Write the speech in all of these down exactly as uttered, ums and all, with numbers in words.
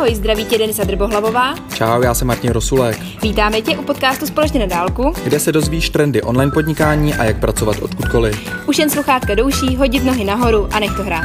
Ahoj, zdraví tě Denisa Drbohlavová. Čau, já jsem Martin Rosulek. Vítáme tě u podcastu Společně na dálku, kde se dozvíš trendy online podnikání a jak pracovat odkudkoliv. Už jen sluchátka do uší, hodit nohy nahoru a nech to hrát.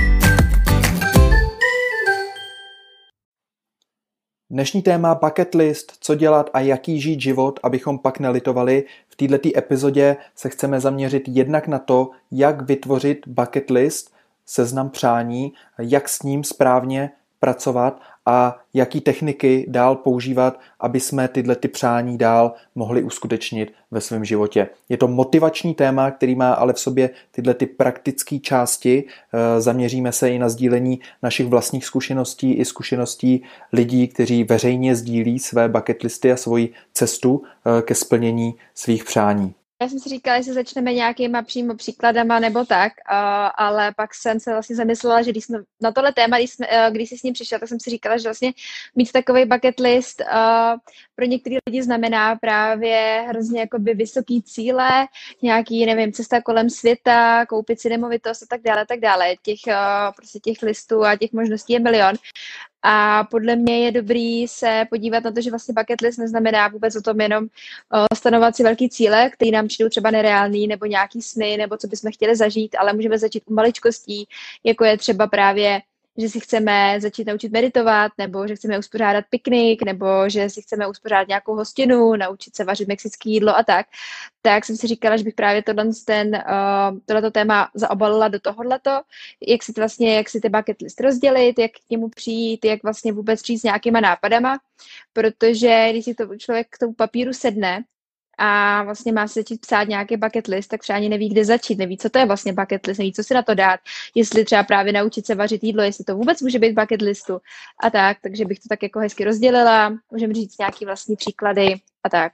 Dnešní téma bucket list, co dělat a jaký žít život, abychom pak nelitovali. V této epizodě se chceme zaměřit jednak na to, jak vytvořit bucket list, seznam přání, jak s ním správně pracovat a jaký techniky dál používat, aby jsme tyhle ty přání dál mohli uskutečnit ve svém životě. Je to motivační téma, který má ale v sobě tyhle ty praktické části. Zaměříme se i na sdílení našich vlastních zkušeností i zkušeností lidí, kteří veřejně sdílí své bucket listy a svoji cestu ke splnění svých přání. Já jsem si říkala, jestli začneme nějakýma přímo příkladama nebo tak, uh, ale pak jsem se vlastně zamyslela, že když jsme na tohle téma, když, jsme, uh, když jsi s ním přišla, tak jsem si říkala, že vlastně mít takový bucket list uh, pro některé lidi znamená právě hrozně jakoby vysoký cíle, nějaký, nevím, cesta kolem světa, koupit si nemovitost a tak dále, tak dále. Těch, uh, prostě těch listů a těch možností je milion. A podle mě je dobrý se podívat na to, že vlastně bucket list neznamená vůbec o tom jenom uh, stanovat si velký cíle, které nám přijdou třeba nereální, nebo nějaký sny, nebo co bychom chtěli zažít, ale můžeme začít u maličkostí, jako je třeba právě, že si chceme začít naučit meditovat, nebo že chceme uspořádat piknik, nebo že si chceme uspořádat nějakou hostinu, naučit se vařit mexické jídlo a tak. Tak jsem si říkala, že bych právě tohle ten, uh, tohleto téma zaobalila do tohohleto, jak si vlastně, jak si ty bucket list rozdělit, jak k němu přijít, jak vlastně vůbec přijít s nějakýma nápadama, protože když si to člověk k tomu papíru sedne a vlastně má se začít psát nějaký bucket list, tak třeba ani neví, kde začít, neví, co to je vlastně bucket list, neví, co si na to dát, jestli třeba právě naučit se vařit jídlo, jestli to vůbec může být bucket listu a tak, takže bych to tak jako hezky rozdělila, můžeme říct nějaký vlastní příklady a tak.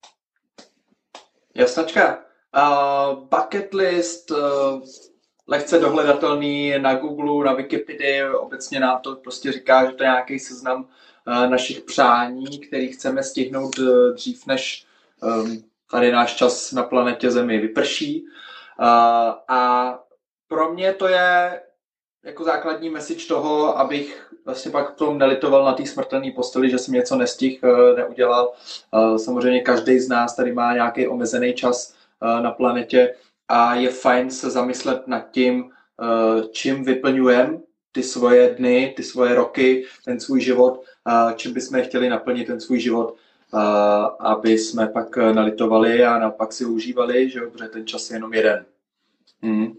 Jasnačka. Uh, bucket list, uh, lehce dohledatelný na Google, na Wikipedii, obecně nám to prostě říká, že to je nějaký seznam uh, našich přání, který chceme stihnout uh, dřív, než um, tady náš čas na planetě Zemi vyprší. Uh, a pro mě to je jako základní message toho, abych vlastně pak v tom nelitoval na té smrtelné posteli, že jsem něco nestihl, neudělal. Samozřejmě každý z nás tady má nějaký omezený čas na planetě a je fajn se zamyslet nad tím, čím vyplňujeme ty svoje dny, ty svoje roky, ten svůj život, čím bychom chtěli naplnit ten svůj život, aby jsme pak nelitovali a naopak si užívali, že protože ten čas je jenom jeden. Hmm.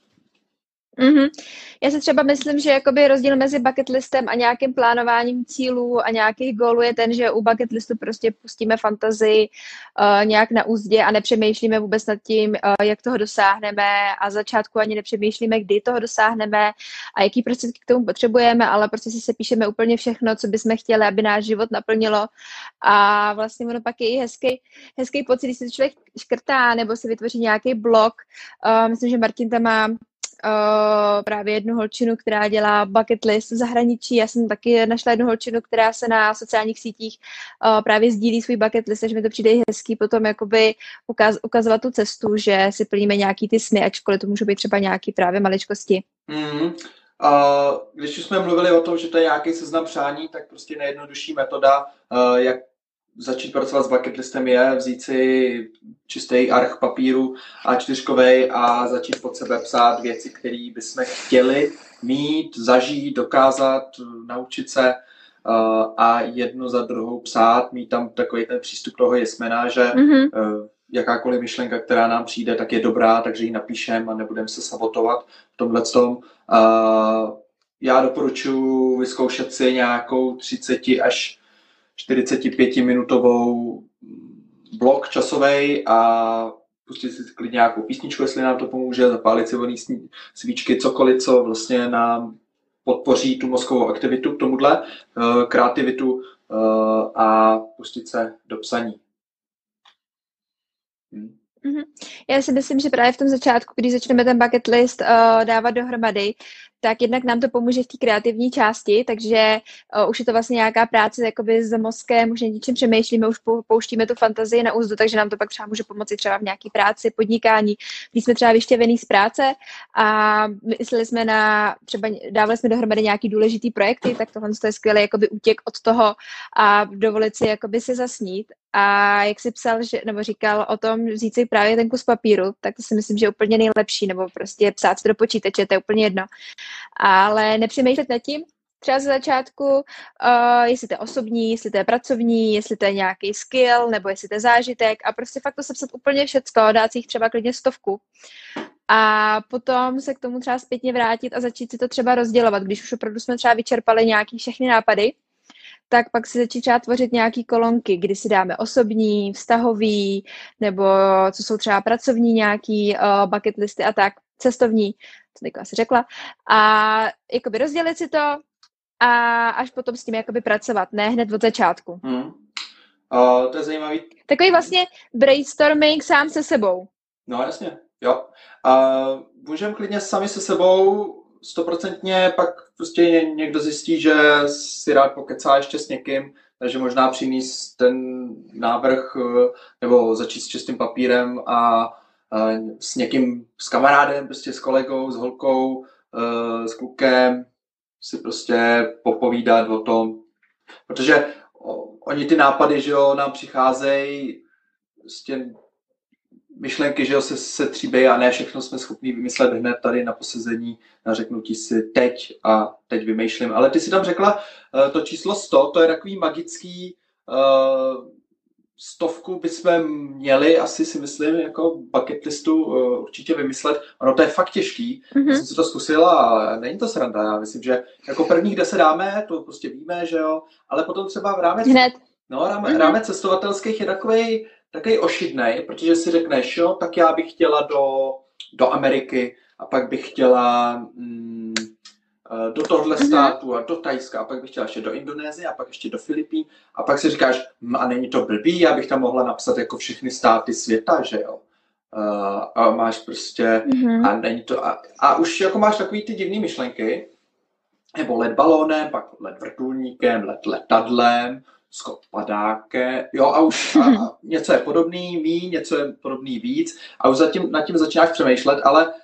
Mm-hmm. Já si třeba myslím, že jakoby rozdíl mezi bucket listem a nějakým plánováním cílů a nějakých gólů je ten, že u bucket listu prostě pustíme fantazii uh, nějak na úzdě a nepřemýšlíme vůbec nad tím, uh, jak toho dosáhneme a začátku ani nepřemýšlíme, kdy toho dosáhneme a jaký prostředky k tomu potřebujeme, ale prostě si se píšeme úplně všechno, co bychom chtěli, aby náš život naplnilo a vlastně ono pak je i hezký, hezký pocit, když si to člověk škrtá nebo si vytvoří nějaký blog. Uh, myslím, že Martin tam má Uh, právě jednu holčinu, která dělá bucket list v zahraničí. Já jsem taky našla jednu holčinu, která se na sociálních sítích uh, právě sdílí svůj bucket list, takže mi to přijde i hezký potom jakoby ukaz, ukazovat tu cestu, že si plníme nějaký ty sny, ačkoliv to můžou být třeba nějaký právě maličkosti. Mm-hmm. Uh, když už jsme mluvili o tom, že to je nějaký seznam přání, tak prostě nejjednodušší metoda, uh, jak začít pracovat s bucket listem je vzít si čistý arch papíru á čtyřkovej a začít pod sebe psát věci, které bychom chtěli mít, zažít, dokázat, naučit se uh, a jednu za druhou psát, mít tam takový ten přístup toho jesmena, že mm-hmm. uh, jakákoliv myšlenka, která nám přijde, tak je dobrá, takže ji napíšeme a nebudeme se sabotovat v tomhletom. Uh, já doporučuji vyzkoušet si nějakou třicet až čtyřicet pět minutovou blok časovej a pustit si klidně nějakou písničku, jestli nám to pomůže, zapálit si voný svíčky, cokoliv, co vlastně nám podpoří tu mozkovou aktivitu k tomuhle, kreativitu a pustit se do psaní. Hmm. Mm-hmm. Já si myslím, že právě v tom začátku, když začneme ten bucket list uh, dávat dohromady, tak jednak nám to pomůže v té kreativní části, takže uh, už je to vlastně nějaká práce jakoby s mozkem, už něčím přemýšlíme, už pouštíme tu fantazii na úzdu, takže nám to pak třeba může pomoci třeba v nějaké práci, podnikání, když jsme třeba vyštěvený z práce a mysleli jsme na, třeba dávali jsme dohromady nějaký důležitý projekty, tak tohle je skvělý jakoby útěk od toho a dovolit si jakoby si zasnít. A jak jsi psal, že, nebo říkal o tom vzít si právě ten kus papíru, tak to si myslím, že je úplně nejlepší, nebo prostě psát si do počítače, to je úplně jedno. Ale nepřemýšlet nad tím, třeba ze začátku, uh, jestli to je osobní, jestli to je pracovní, jestli to je nějaký skill, nebo jestli to je zážitek a prostě fakt to sepsat úplně všecko, dát si jich třeba klidně stovku. A potom se k tomu třeba zpětně vrátit a začít si to třeba rozdělovat, když už opravdu jsme třeba vyčerpali nějaký všechny nápady, tak pak si začít třeba tvořit nějaký kolonky, kdy si dáme osobní, vztahový, nebo co jsou třeba pracovní nějaký uh, bucket listy a tak, cestovní, co teď asi řekla. A jakoby rozdělit si to a až potom s tím jakoby pracovat, ne hned od začátku. Hmm. Uh, to je zajímavý. Takový vlastně brainstorming sám se sebou. No jasně, jo. Uh, můžeme klidně sami se sebou stoprocentně, pak prostě někdo zjistí, že si rád pokecá ještě s někým, takže možná přinést ten návrh nebo začít s čistým papírem a s někým, s kamarádem, prostě s kolegou, s holkou, s klukem si prostě popovídat o tom, protože oni ty nápady, že jo, nám přicházejí prostě myšlenky, že jo, se, se tříbejí a ne všechno jsme schopni vymyslet hned tady na posezení, na řeknutí si teď a teď vymýšlím. Ale ty si tam řekla uh, to číslo sto, to je takový magický, uh, stovku bychom měli, asi si myslím, jako bucket listu uh, určitě vymyslet. Ono to je fakt těžký, mm-hmm. Já jsem si to zkusila a není to sranda. Já myslím, že jako prvních deset dáme, to prostě víme, že jo, ale potom třeba v rámec, hned. No, rámec, mm-hmm. rámec cestovatelských je takovej takový ošidnej, protože si řekneš, jo, tak já bych chtěla do, do Ameriky a pak bych chtěla mm, do tohle mm-hmm. státu a do Thajska a pak bych chtěla ještě do Indonésie a pak ještě do Filipín a pak si říkáš, a není to blbý, já bych tam mohla napsat jako všechny státy světa, že jo. Uh, a máš prostě, mm-hmm. a není to, a, a už jako máš takový ty divný myšlenky, nebo let balónem, pak let vrtulníkem, let letadlem, skok padáke, jo, a už a, a něco je podobný míň, něco je podobný víc a už zatím, nad tím začínáš přemýšlet, ale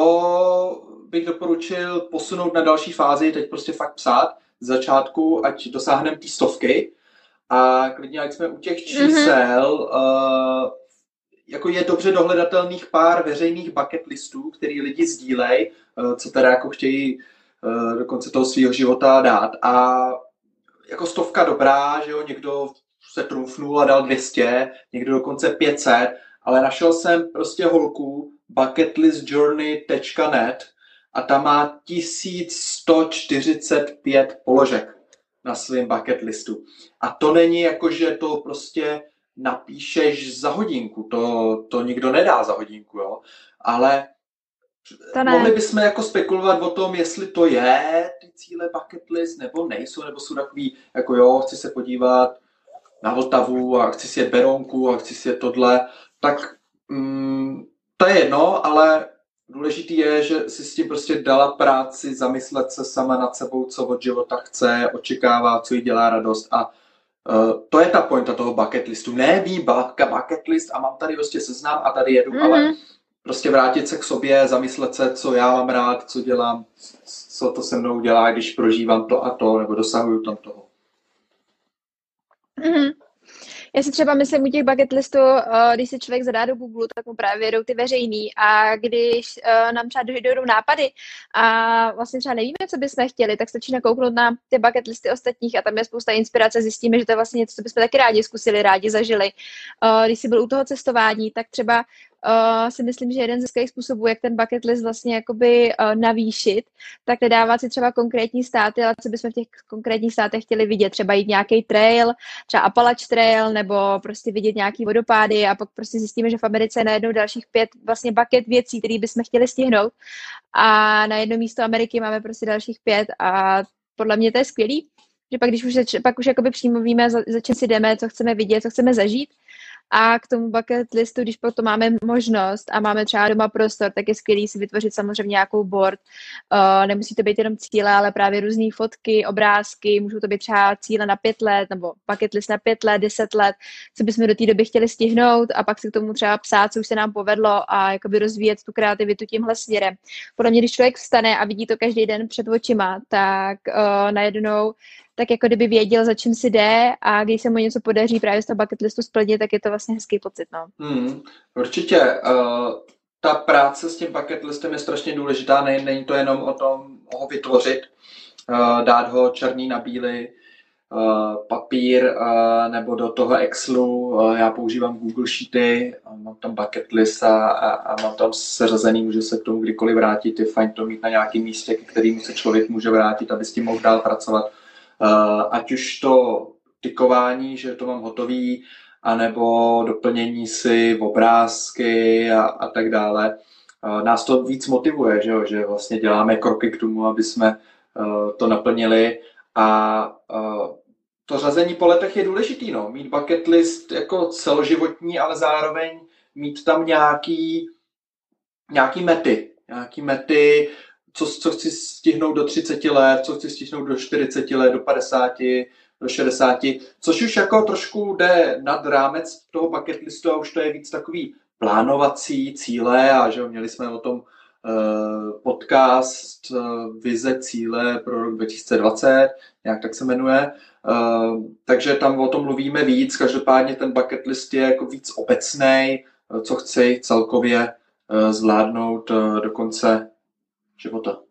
to bych doporučil posunout na další fázi, teď prostě fakt psát z začátku, ať dosáhneme té stovky a klidně, ať jsme u těch čísel, mm-hmm. uh, jako je dobře dohledatelných pár veřejných bucket listů, který lidi sdílej, uh, co teda jako chtějí uh, do konce toho svého života dát a jako stovka dobrá, že jo, někdo se trumfnul a dal dvě stě, někdo dokonce pět set, ale našel jsem prostě holku bucketlistjourney tečka net a ta má tisíc sto čtyřicet pět položek na svém bucket listu. A to není jako, že to prostě napíšeš za hodinku, to, to nikdo nedá za hodinku, jo, ale mohli bychom jako spekulovat o tom, jestli to je ty cíle bucket list, nebo nejsou, nebo jsou takový, jako jo, chci se podívat na Vltavu a chci si jet Berounku a chci si jet tohle, tak mm, to je jedno, ale důležitý je, že si s tím prostě dala práci, zamyslet se sama nad sebou, co od života chce, očekává, co jí dělá radost a uh, to je ta pointa toho bucket listu. Ne výbavka bucket list a mám tady prostě seznam a tady jedu, mm-hmm. ale prostě vrátit se k sobě, zamyslet se, co já mám rád, co dělám, co to se mnou dělá, když prožívám to a to, nebo dosahuju tam toho. Mm-hmm. Já si třeba myslím u těch bucket listů, když se člověk zadá do Google, tak mu právě jdou ty veřejný a když nám třeba dojdou nápady a vlastně třeba nevíme, co bychom chtěli, tak stačí nakouknout na ty bucket listy ostatních a tam je spousta inspirace, zjistíme, že to je vlastně něco, co bychom taky rádi zkusili, rádi zažili. Když jsi byl u toho cestování, tak třeba Uh, si myslím, že jeden ze skvělých způsobů, jak ten bucket list vlastně jakoby uh, navýšit, tak nedávat si třeba konkrétní státy, ale co bychom v těch konkrétních státech chtěli vidět. Třeba jít nějaký trail, třeba Appalache Trail, nebo prostě vidět nějaký vodopády a pak prostě zjistíme, že v Americe je najednou dalších pět vlastně bucket věcí, které bychom chtěli stihnout a na jedno místo Ameriky máme prostě dalších pět a podle mě to je skvělý, že pak když už, pak už jakoby přímo víme, za, za čím si jdeme, co chceme vidět, co chceme zažít A k tomu bucket listu, když potom máme možnost a máme třeba doma prostor, tak je skvělý si vytvořit samozřejmě nějakou board. Uh, nemusí to být jenom cíle, ale právě různé fotky, obrázky, můžou to být třeba cíle na pět let nebo bucket list na pět let, deset let, co bychom do té doby chtěli stihnout a pak si k tomu třeba psát, co už se nám povedlo a jakoby rozvíjet tu kreativitu tímhle směrem. Podle mě, když člověk vstane a vidí to každý den před očima, tak uh, najednou tak jako kdyby věděl, za čím si jde a když se mu něco podaří právě z toho bucket listu splnit, tak je to vlastně hezký pocit, no. Hmm, určitě. Uh, ta práce s tím bucket listem je strašně důležitá, ne, není to jenom o tom ho vytvořit, uh, dát ho černý na bílý, uh, papír uh, nebo do toho Excelu. Uh, já používám Google Sheety, mám tam bucket list a, a, a mám tam seřazený, může se k tomu kdykoliv vrátit, je fajn to mít na nějakém místě, k kterému se člověk může vrátit, aby s tím mohl dál pracovat. Uh, ať už to tikování, že to mám hotový, anebo doplnění si obrázky a, a tak dále. Uh, nás to víc motivuje, že, jo? Že vlastně děláme kroky k tomu, aby jsme uh, to naplnili a uh, to řazení po letech je důležitý, no. Mít bucket list jako celoživotní, ale zároveň mít tam nějaký, nějaký mety, nějaký mety, Co, co chci stihnout do třiceti let, co chci stihnout do čtyřiceti let, do padesáti, do šedesáti, což už jako trošku jde nad rámec toho bucket listu a už to je víc takový plánovací cíle a že měli jsme o tom uh, podcast uh, Vize cíle pro rok dva tisíce dvacet, nějak tak se jmenuje, uh, takže tam o tom mluvíme víc, každopádně ten bucket list je jako víc obecnej, uh, co chci celkově uh, zvládnout uh, do konce života.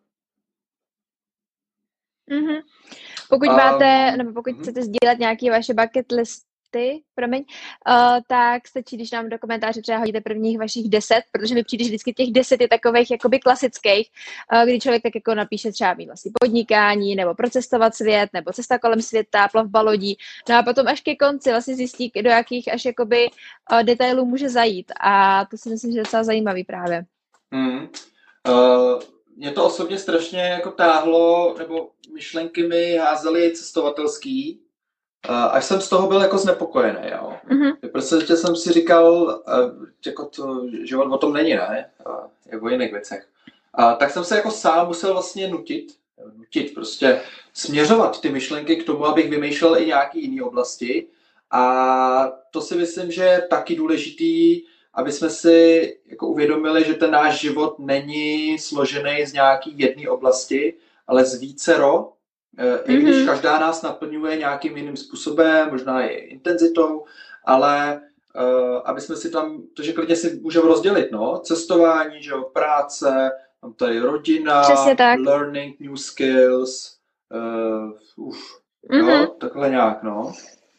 Mm-hmm. Pokud um, máte, nebo pokud mm-hmm. chcete sdílet nějaké vaše bucket listy, promiň, uh, tak stačí, když nám do komentáře třeba hodíte prvních vašich deset, protože mi přijde, že vždycky těch deset je takových jakoby klasických, uh, kdy člověk tak jako napíše třeba mít vlastně podnikání, nebo procestovat svět, nebo cesta kolem světa, plavba lodí, no a potom až ke konci vlastně zjistí, do jakých až jakoby uh, detailů může zajít a to si myslím, že je docela zajímavý právě. Mm. Uh... Mě to osobně strašně jako táhlo, nebo myšlenky mi házely cestovatelský, až jsem z toho byl jako znepokojený, jo. Mm-hmm. Protože jsem si říkal, jako to život o tom není, ne? Jak o jiných věcech. A tak jsem se jako sám musel vlastně nutit, nutit prostě směřovat ty myšlenky k tomu, abych vymýšlel i nějaký jiný oblasti. A to si myslím, že je taky důležitý, aby jsme si jako uvědomili, že ten náš život není složený z nějaký jedné oblasti, ale z vícero, mm-hmm. i když každá nás naplňuje nějakým jiným způsobem, možná i intenzitou, ale uh, aby jsme si tam, to, že klidně si můžeme rozdělit, no, cestování, že jo, práce, tam tady rodina, learning new skills, uh, uf, mm-hmm. jo, takhle nějak, no.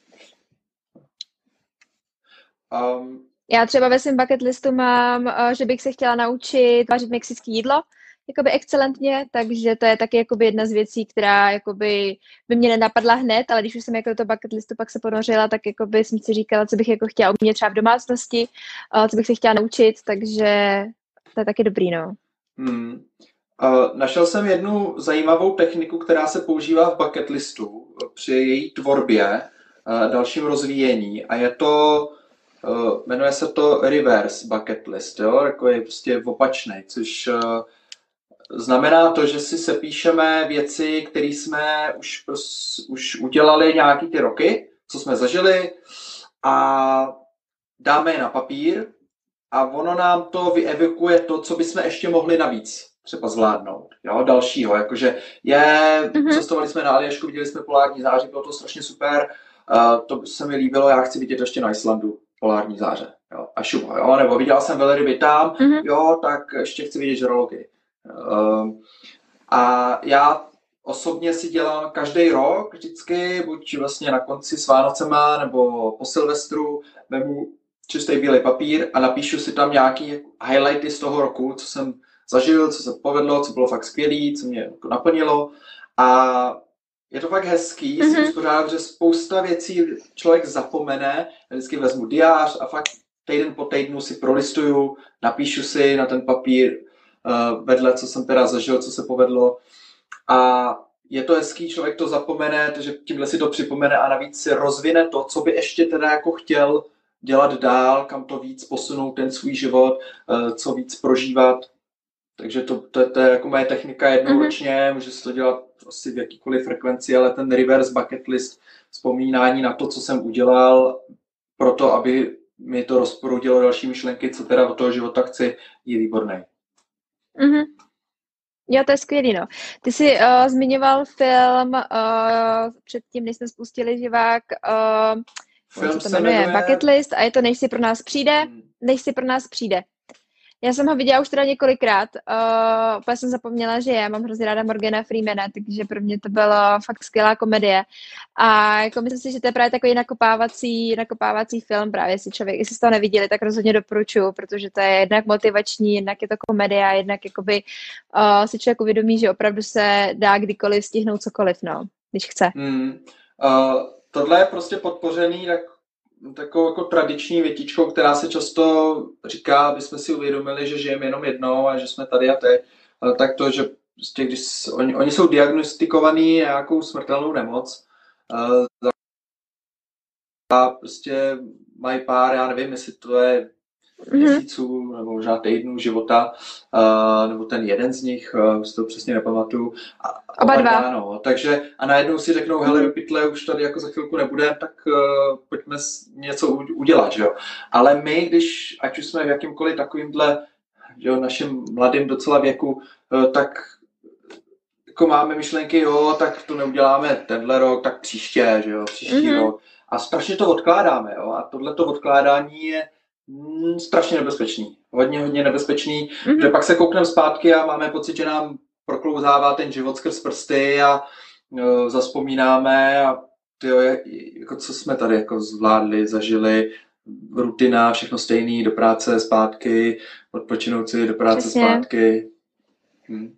Um, Já třeba ve svém bucket listu mám, že bych se chtěla naučit vařit mexické jídlo, jakoby excelentně, takže to je taky jakoby jedna z věcí, která jakoby by mě nenapadla hned, ale když už jsem jako do toho bucket listu pak se ponořila, tak jakoby jsem si říkala, co bych jako chtěla umět třeba v domácnosti, co bych se chtěla naučit, takže to je taky dobrý, no. Hmm. Uh, našel jsem jednu zajímavou techniku, která se používá v bucket listu při její tvorbě, uh, dalším rozvíjení a je to Uh, jmenuje se to reverse bucket list, jo? Jako je prostě opačný, což uh, znamená to, že si sepíšeme věci, které jsme už, pros, už udělali nějaký ty roky, co jsme zažili a dáme je na papír a ono nám to vyevokuje to, co bychom ještě mohli navíc třeba zvládnout, jo? Dalšího, jakože je, mm-hmm. cestovali jsme na Aljašku, viděli jsme polární záři, bylo to strašně super, uh, to se mi líbilo, já chci vidět ještě na Islandu polární záře, jo, a šup, jo, nebo viděl jsem velryby tam, mm-hmm. jo, tak ještě chci vidět žraloky. Um, a já osobně si dělám každý rok vždycky, buď vlastně na konci s Vánocema, nebo po Silvestru, vemu čistý bílej papír a napíšu si tam nějaký highlighty z toho roku, co jsem zažil, co se povedlo, co bylo fakt skvělý, co mě jako naplnilo a je to fakt hezký mm-hmm. si uspořádat, že spousta věcí člověk zapomene, já vždycky vezmu diář a fakt týden po týdnu si prolistuju, napíšu si na ten papír uh, vedle, co jsem teda zažil, co se povedlo a je to hezký, člověk to zapomene, takže tímhle si to připomene a navíc si rozvine to, co by ještě teda jako chtěl dělat dál, kam to víc posunout ten svůj život, co víc prožívat. Takže to, to, to je jako moje technika jednou mm-hmm. ročně, může se to dělat asi v jakýkoliv frekvenci, ale ten reverse bucket list, vzpomínání na to, co jsem udělal, proto, aby mi to rozproudilo další myšlenky, co teda do toho života chci, je výborný. Mm-hmm. Jo, to je skvělý, no. Ty jsi uh, zmiňoval film uh, předtím, než jsme spustili živák, uh, film se to jmenuje, jmenuje Bucket List a je to Než si pro nás přijde, hmm. Než si pro nás přijde. Já jsem ho viděla už teda několikrát, uh, úplně jsem zapomněla, že je, mám hrozně ráda Morgana Freemana, takže pro mě to byla fakt skvělá komedie. A jako myslím si, že to je právě takový nakopávací, nakopávací film, právě jestli člověk, jestli jste to neviděli, tak rozhodně doporučuju, protože to je jednak motivační, jednak je to komedie a jednak jakoby uh, si člověk uvědomí, že opravdu se dá kdykoliv stihnout cokoliv, no, když chce. Mm, uh, tohle je prostě podpořený tak takovou jako tradiční větičkou, která se často říká, aby jsme si uvědomili, že žijeme jenom jednou a že jsme tady a teď. Tak to, že prostě, když oni, oni jsou diagnostikovaní nějakou smrtelnou nemoc a prostě mají pár, já nevím, jestli to je měsíců nebo možná týdnů života, uh, nebo ten jeden z nich, uh, si to přesně nepamatuju. A, oba dva. No. Takže a najednou si řeknou, hele, do pytle, už tady jako za chvilku nebude, tak uh, pojďme něco udělat, že jo. Ale my, když, ať už jsme v jakýmkoliv takovýmhle, že jo, našem mladým docela věku, uh, tak jako máme myšlenky, jo, tak to neuděláme tenhle rok, tak příště, že jo, příští mm-hmm. rok. A strašně to odkládáme, jo. A tohleto odkládání je Mm, strašně nebezpečný, hodně, hodně nebezpečný, mm-hmm. že pak se koukneme zpátky a máme pocit, že nám proklouzává ten život skrz prsty a uh, zazpomínáme a tyjo, jako co jsme tady jako zvládli, zažili, rutina, všechno stejný, do práce, zpátky, odpočinout si, do práce, přesně. Zpátky. Hm.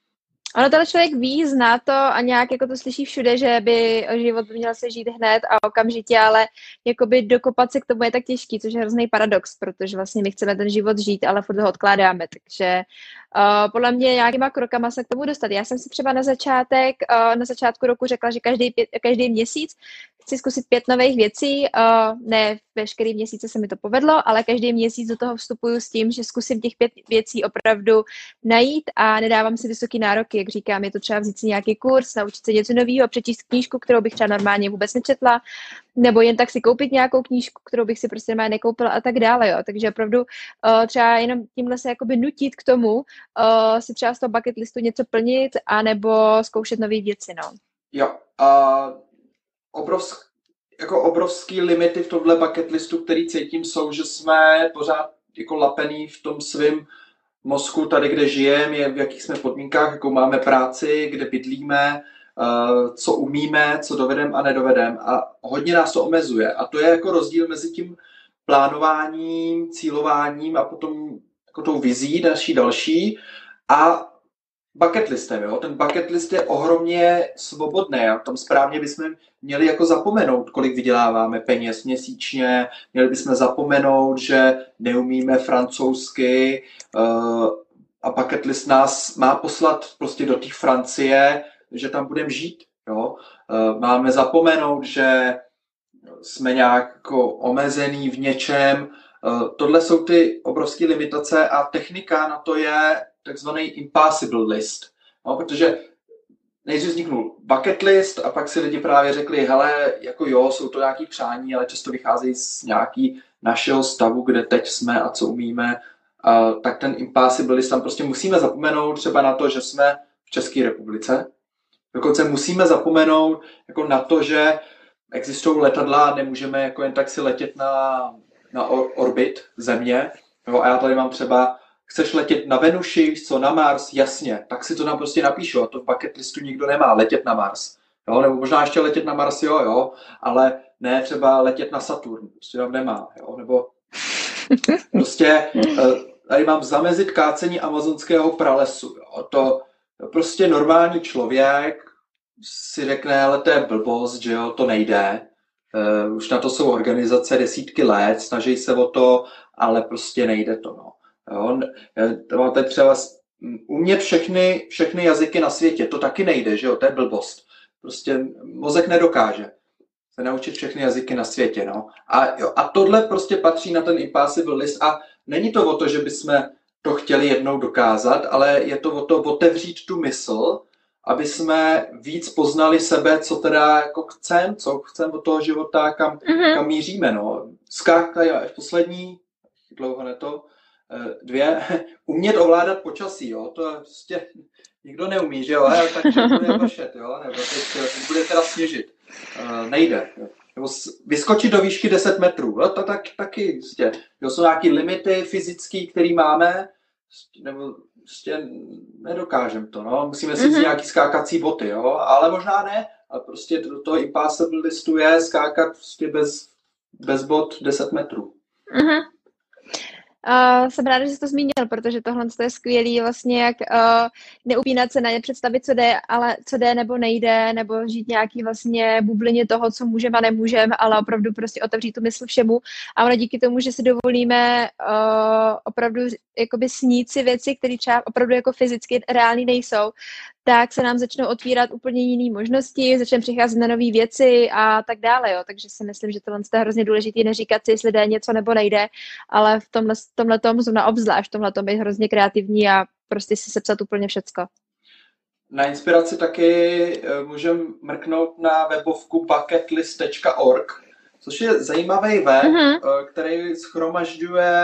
Ono ten člověk ví, zná to a nějak jako to slyší všude, že by život by měl se žít hned a okamžitě, ale jakoby dokopat se k tomu je tak těžký, což je hrozný paradox, protože vlastně my chceme ten život žít, ale furt ho odkládáme, takže uh, podle mě nějakýma krokama se k tomu dostat. Já jsem si třeba na začátek, uh, na začátku roku řekla, že každý, pět, každý měsíc chci zkusit pět nových věcí, uh, ne veškerý měsíce se mi to povedlo, ale každý měsíc do toho vstupuju s tím, že zkusím těch pět věcí opravdu najít a nedávám si vysoký nároky, jak říkám, je to třeba vzít si nějaký kurz, naučit se něco nového, přečíst knížku, kterou bych třeba normálně vůbec nečetla, nebo jen tak si koupit nějakou knížku, kterou bych si prostě normálně nekoupila a tak dále, jo. Takže opravdu uh, třeba jenom tímhle se jakoby nutit k tomu, uh, si třeba z toho bucket listu něco plnit, anebo zkoušet nové věci, no. Jo, uh... Obrovsk, jako obrovský limity v tomhle bucket listu, který cítím, jsou, že jsme pořád jako lapený v tom svém mozku, tady, kde žijeme, v jakých jsme podmínkách, jakou máme práci, kde bydlíme, co umíme, co dovedeme a nedovedeme. A hodně nás to omezuje. A to je jako rozdíl mezi tím plánováním, cílováním a potom jako tou vizí naší další a bucket listem, jo. Ten bucket list je ohromně svobodný a tam správně bychom měli jako zapomenout, kolik vyděláváme peněz měsíčně, měli bychom zapomenout, že neumíme francouzsky uh, a bucket list nás má poslat prostě do té Francie, že tam budeme žít, jo. Uh, máme zapomenout, že jsme nějak jako omezený v něčem. Uh, tohle jsou ty obrovské limitace a technika na to je takzvaný impossible list. No, protože nejdřív vzniknul bucket list a pak si lidi právě řekli, hele, jako jo, jsou to nějaký přání, ale často vycházejí z nějaký našeho stavu, kde teď jsme a co umíme. Uh, tak ten impossible list tam prostě musíme zapomenout třeba na to, že jsme v České republice. Dokonce musíme zapomenout jako na to, že existují letadla a nemůžeme jako jen tak si letět na, na orbit Země. Jo, a já tady mám třeba chceš letět na Venuši, co na Mars, jasně, tak si to tam prostě napíšu, a to v bucket listu nikdo nemá, letět na Mars. Jo, nebo možná ještě letět na Mars, jo, jo, ale ne třeba letět na Saturn, prostě tam nemá, jo, nebo prostě tady mám zamezit kácení amazonského pralesu, jo, to prostě normální člověk si řekne, ale to je blbost, že jo, to nejde, uh, už na to jsou organizace desítky let, snaží se o to, ale prostě nejde to, no. Jo, to máte třeba umět všechny, všechny jazyky na světě, to taky nejde, že jo, to je blbost. Prostě mozek nedokáže. se naučit všechny jazyky na světě, no. A, jo, a tohle prostě patří na ten impossible list a není to o to, že bychom to chtěli jednou dokázat, ale je to o to otevřít tu mysl, aby jsme víc poznali sebe, co teda jako chcem, co chcem od toho života, kam, mm-hmm. kam míříme, no. Skáka je poslední, dlouho ne to, dvě, umět ovládat počasí, jo, to je prostě nikdo neumí, že jo, ale tak bude pršet, jo, nebo teď bude teda sněžit, uh, nejde, jo. Nebo vyskočit do výšky deset metrů, no, to tak, taky, prostě, jo, jsou nějaký limity fyzický, který máme, nebo prostě nedokážeme to, no, musíme si mm-hmm. vzít nějaký skákací boty, jo, ale možná ne, ale prostě do toho impossible listu je skákat prostě bez, bez bot deset metrů. Mm-hmm. Uh, jsem ráda, že jsi to zmínil, protože tohle je skvělý vlastně, jak uh, neupínat se na ně, představit, co jde, ale co jde nebo nejde, nebo žít nějaký vlastně bublině toho, co můžeme a nemůžeme, ale opravdu prostě otevřít tu mysl všemu. A ono díky tomu, že si dovolíme uh, opravdu jakoby snít si věci, které třeba opravdu jako fyzicky reální nejsou, tak se nám začnou otvírat úplně jiné možnosti, začneme přicházet na nové věci a tak dále. Jo. Takže si myslím, že tohle je hrozně důležité neříkat si, jestli jde něco nebo nejde, ale v tomhle, tomhletom, zrovna obzvlášť, v tomhletom být hrozně kreativní a prostě si sepsat úplně všecko. Na inspiraci taky můžeme mrknout na webovku bucketlist tečka org, což je zajímavý web, mm-hmm. který shromažďuje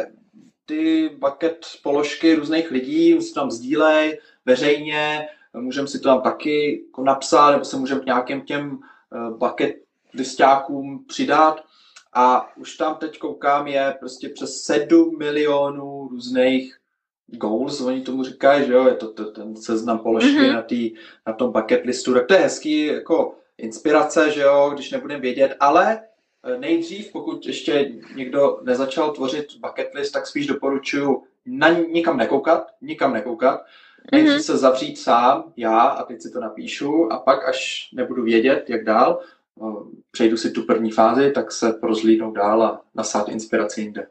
ty bucket položky různých lidí, si tam sdílej veřejně, můžeme si to tam taky jako napsat, nebo se můžeme k nějakým těm bucket listákům přidat. A už tam teď koukám, je prostě přes sedm milionů různých goals, oni tomu říkají, že jo, je to, to ten seznam položky mm-hmm. na, tý, na tom bucket listu, tak to je hezký jako inspirace, že jo, když nebudeme vědět, ale nejdřív, pokud ještě někdo nezačal tvořit bucket list, tak spíš doporučuji na nikam nekoukat, nikam nekoukat, nejdřív mm-hmm. se zavřít sám, já, a teď si to napíšu, a pak, až nebudu vědět, jak dál, přejdu si tu první fázi, tak se porozhlídnout dál a nasát inspiraci jinde.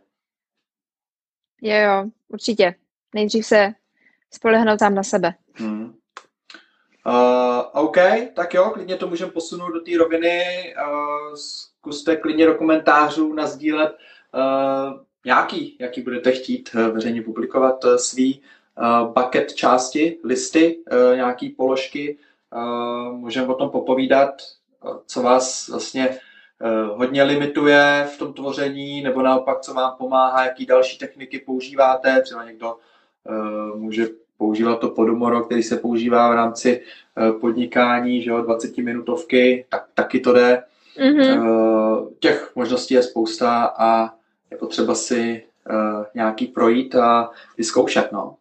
Jo, jo, určitě. Nejdřív se spolehnout sám na sebe. Hmm. Uh, OK, tak jo, klidně to můžeme posunout do té roviny. Uh, zkuste klidně do komentářů nasdílet uh, nějaký, jaký budete chtít uh, veřejně publikovat uh, svý uh, bucket části, listy, uh, nějaký položky. Uh, můžeme o tom popovídat, uh, co vás vlastně uh, hodně limituje v tom tvoření, nebo naopak, co vám pomáhá, jaký další techniky používáte. Třeba někdo uh, může používat to Pomodoro, který se používá v rámci uh, podnikání, že jo, dvacetiminutovky, tak taky to jde. Mm-hmm. Uh, těch možností je spousta a je potřeba si uh, nějaký projít a vyzkoušet, no.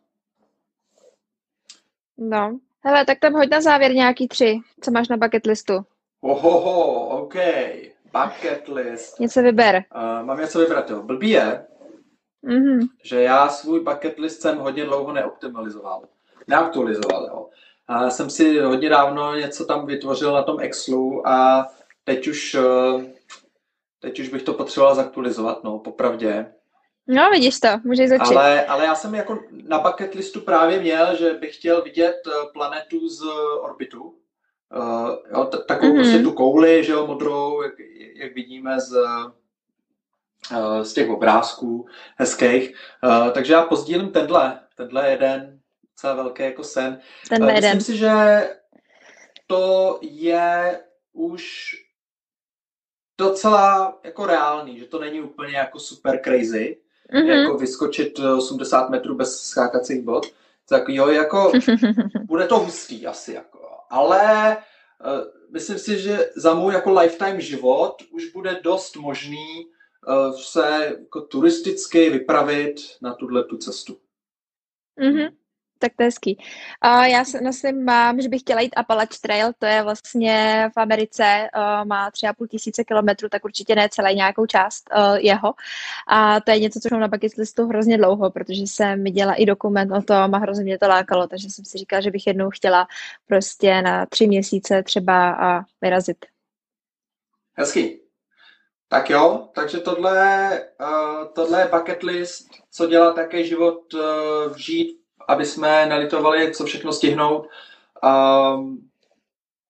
No, hele, tak tam hoď na závěr nějaký tři, co máš na bucket listu. Ohoho, OK, bucket list. Něco vyber. Uh, mám něco vybrat, jo. Blbý je, mm-hmm. že já svůj bucket list jsem hodně dlouho neoptimalizoval, neaktualizoval, jo. A jsem si hodně dávno něco tam vytvořil na tom Excelu a teď už, teď už bych to potřeboval zaktualizovat, no, popravdě. No, vidíš to, můžeš začít. Ale, ale já jsem jako na bucket listu právě měl, že bych chtěl vidět planetu z orbitu. Uh, jo, t- takovou mm-hmm. prostě tu kouli, že jo, modrou, jak, jak vidíme z, uh, z těch obrázků hezkých. Uh, takže já pozdílím tenhle, tenhle jeden docela velký jako sen. Tenhle uh, myslím jeden. si, že to je už docela jako reálný, že to není úplně jako super crazy, mm-hmm. jako vyskočit osmdesát metrů bez skákacích bod. Tak jo, jako bude to hustý asi, jako. Ale uh, myslím si, že za můj jako lifetime život už bude dost možný uh, se jako turisticky vypravit na tuhletu cestu. Mm-hmm. Tak to je hezký. Uh, já se na svém mám, že bych chtěla jít Appalachian Trail, to je vlastně v Americe, uh, má tři a půl tisíce kilometrů, tak určitě ne celé nějakou část uh, jeho. A to je něco, co mám na bucket listu hrozně dlouho, protože jsem viděla i dokument o tom a hrozně mě to lákalo, takže jsem si říkala, že bych jednou chtěla prostě na tři měsíce třeba a vyrazit. Hezký. Tak jo, takže tohle, uh, tohle je bucket list, co dělat, jaký život uh, žít, aby jsme nelitovali, co všechno stihnout. Um,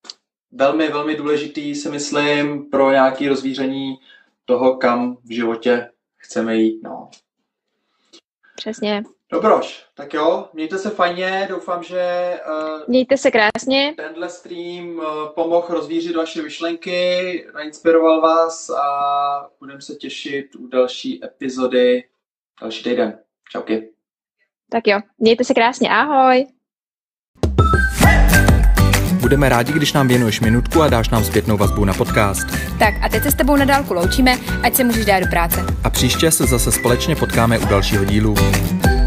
velmi, velmi důležitý, si myslím, pro nějaké rozvíření toho, kam v životě chceme jít. No. Přesně. Dobroš, tak jo, mějte se fajně, doufám, že uh, mějte se krásně. Tenhle stream uh, pomohl rozvířit vaše myšlenky, nainspiroval vás a budeme se těšit u další epizody další týden. Čauky. Tak jo, mějte se krásně, ahoj. Budeme rádi, když nám věnuješ minutku a dáš nám zpětnou vazbu na podcast. Tak a teď se s tebou na dálku loučíme, ať se můžeš dát do práce. A příště se zase společně potkáme u dalšího dílu.